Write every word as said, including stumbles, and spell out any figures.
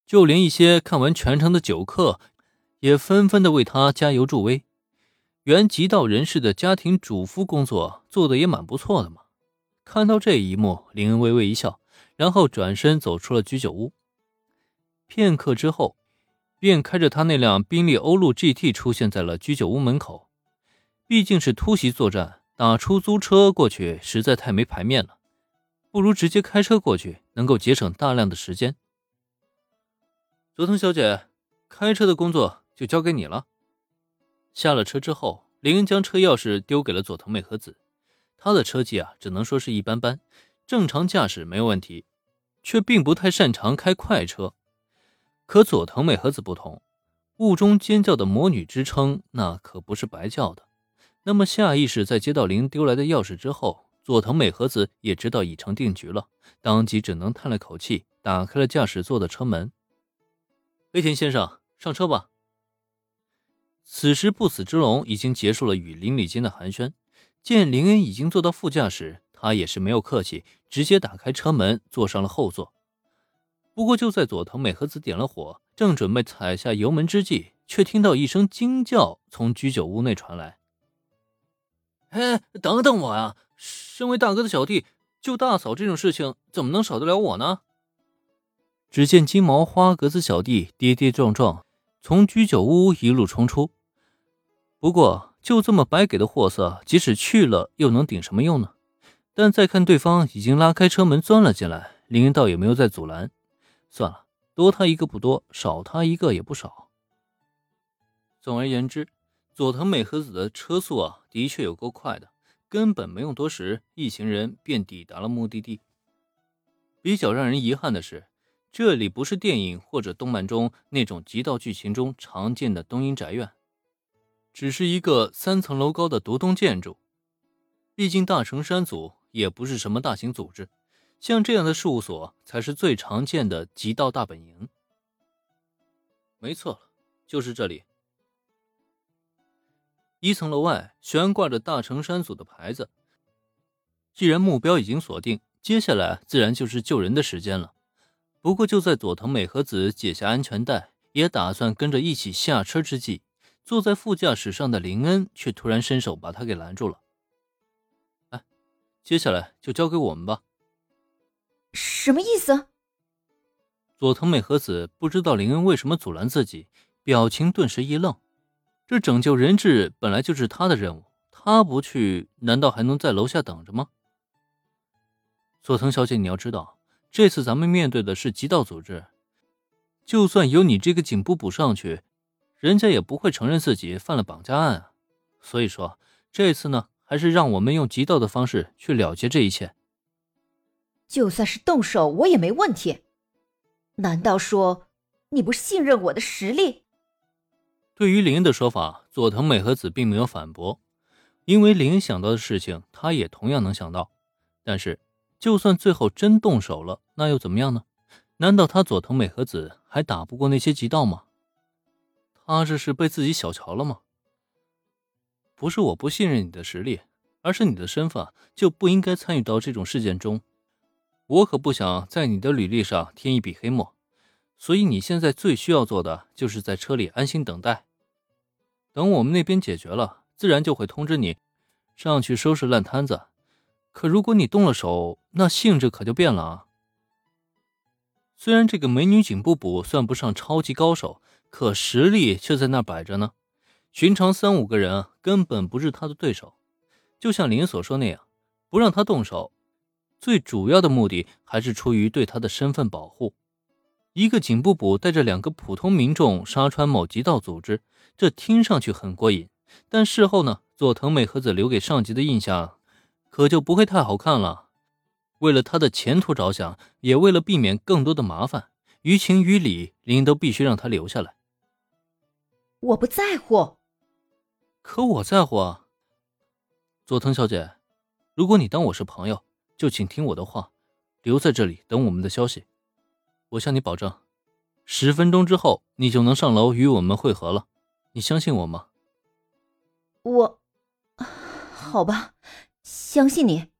就连一些看完全程的酒客也纷纷的为他加油助威。原极道人士的家庭主夫工作做得也蛮不错的嘛。看到这一幕，林恩微微一笑，然后转身走出了居酒屋。片刻之后，便开着他那辆宾利欧陆 G T 出现在了居酒屋门口。毕竟是突袭作战，打出租车过去实在太没排面了，不如直接开车过去，能够节省大量的时间。佐藤小姐，开车的工作就交给你了。下了车之后，林恩将车钥匙丢给了佐藤美和子。他的车技啊，只能说是一般般，正常驾驶没有问题，却并不太擅长开快车。可佐藤美和子不同，雾中尖叫的魔女之称那可不是白叫的。那么下意识在接到林恩丢来的钥匙之后，佐藤美和子也知道已成定局了，当即只能叹了口气，打开了驾驶座的车门。黑田先生，上车吧。此时不死之龙已经结束了与邻里间的寒暄，见林恩已经坐到副驾驶，他也是没有客气，直接打开车门坐上了后座。不过就在佐藤美和子点了火，正准备踩下油门之际，却听到一声惊叫从居酒屋内传来。哎，等等我啊，身为大哥的小弟，救大嫂这种事情怎么能少得了我呢？只见金毛花格子小弟跌跌撞撞从居酒屋一路冲出。不过就这么白给的货色，即使去了又能顶什么用呢？但再看对方已经拉开车门钻了进来，林恩倒也没有再阻拦。算了，多他一个不多，少他一个也不少。总而言之，佐藤美和子的车速啊，的确有够快的，根本没用多时，一行人便抵达了目的地。比较让人遗憾的是，这里不是电影或者动漫中那种极道剧情中常见的东瀛宅院，只是一个三层楼高的独栋建筑。毕竟大成山组也不是什么大型组织，像这样的事务所才是最常见的极道大本营。没错了，就是这里。一层楼外悬挂着大成山组的牌子，既然目标已经锁定，接下来自然就是救人的时间了。不过就在佐藤美和子解下安全带，也打算跟着一起下车之际，坐在副驾驶上的林恩却突然伸手把他给拦住了。哎，接下来就交给我们吧。 什么意思？ 佐藤美和子不知道林恩为什么阻拦自己，表情顿时一愣。这拯救人质本来就是他的任务，他不去，难道还能在楼下等着吗？佐藤小姐，你要知道，这次咱们面对的是极道组织，就算有你这个警部补上去，人家也不会承认自己犯了绑架案啊。所以说，这次呢，还是让我们用极道的方式去了结这一切。 就算是动手，我也没问题。难道说你不信任我的实力？ 对于林恩的说法，佐藤美和子并没有反驳，因为林恩想到的事情，他也同样能想到。但是，就算最后真动手了，那又怎么样呢？难道他佐藤美和子还打不过那些极道吗？他这是被自己小瞧了吗？不是我不信任你的实力，而是你的身份就不应该参与到这种事件中。我可不想在你的履历上添一笔黑墨。所以你现在最需要做的就是在车里安心等待，等我们那边解决了，自然就会通知你上去收拾烂摊子。可如果你动了手，那性质可就变了啊。虽然这个美女警部补算不上超级高手，可实力却在那摆着呢，寻常三五个人根本不是他的对手。就像林所说那样，不让他动手，最主要的目的还是出于对他的身份保护。一个警部补带着两个普通民众杀穿某极道组织，这听上去很过瘾，但事后呢，佐藤美和子留给上级的印象可就不会太好看了。为了他的前途着想，也为了避免更多的麻烦，于情于理，林都必须让他留下来。 我不在乎。 可我在乎啊。佐藤小姐，如果你当我是朋友，就请听我的话，留在这里等我们的消息。我向你保证，十分钟之后你就能上楼与我们会合了，你相信我吗？ 我，好吧，相信你。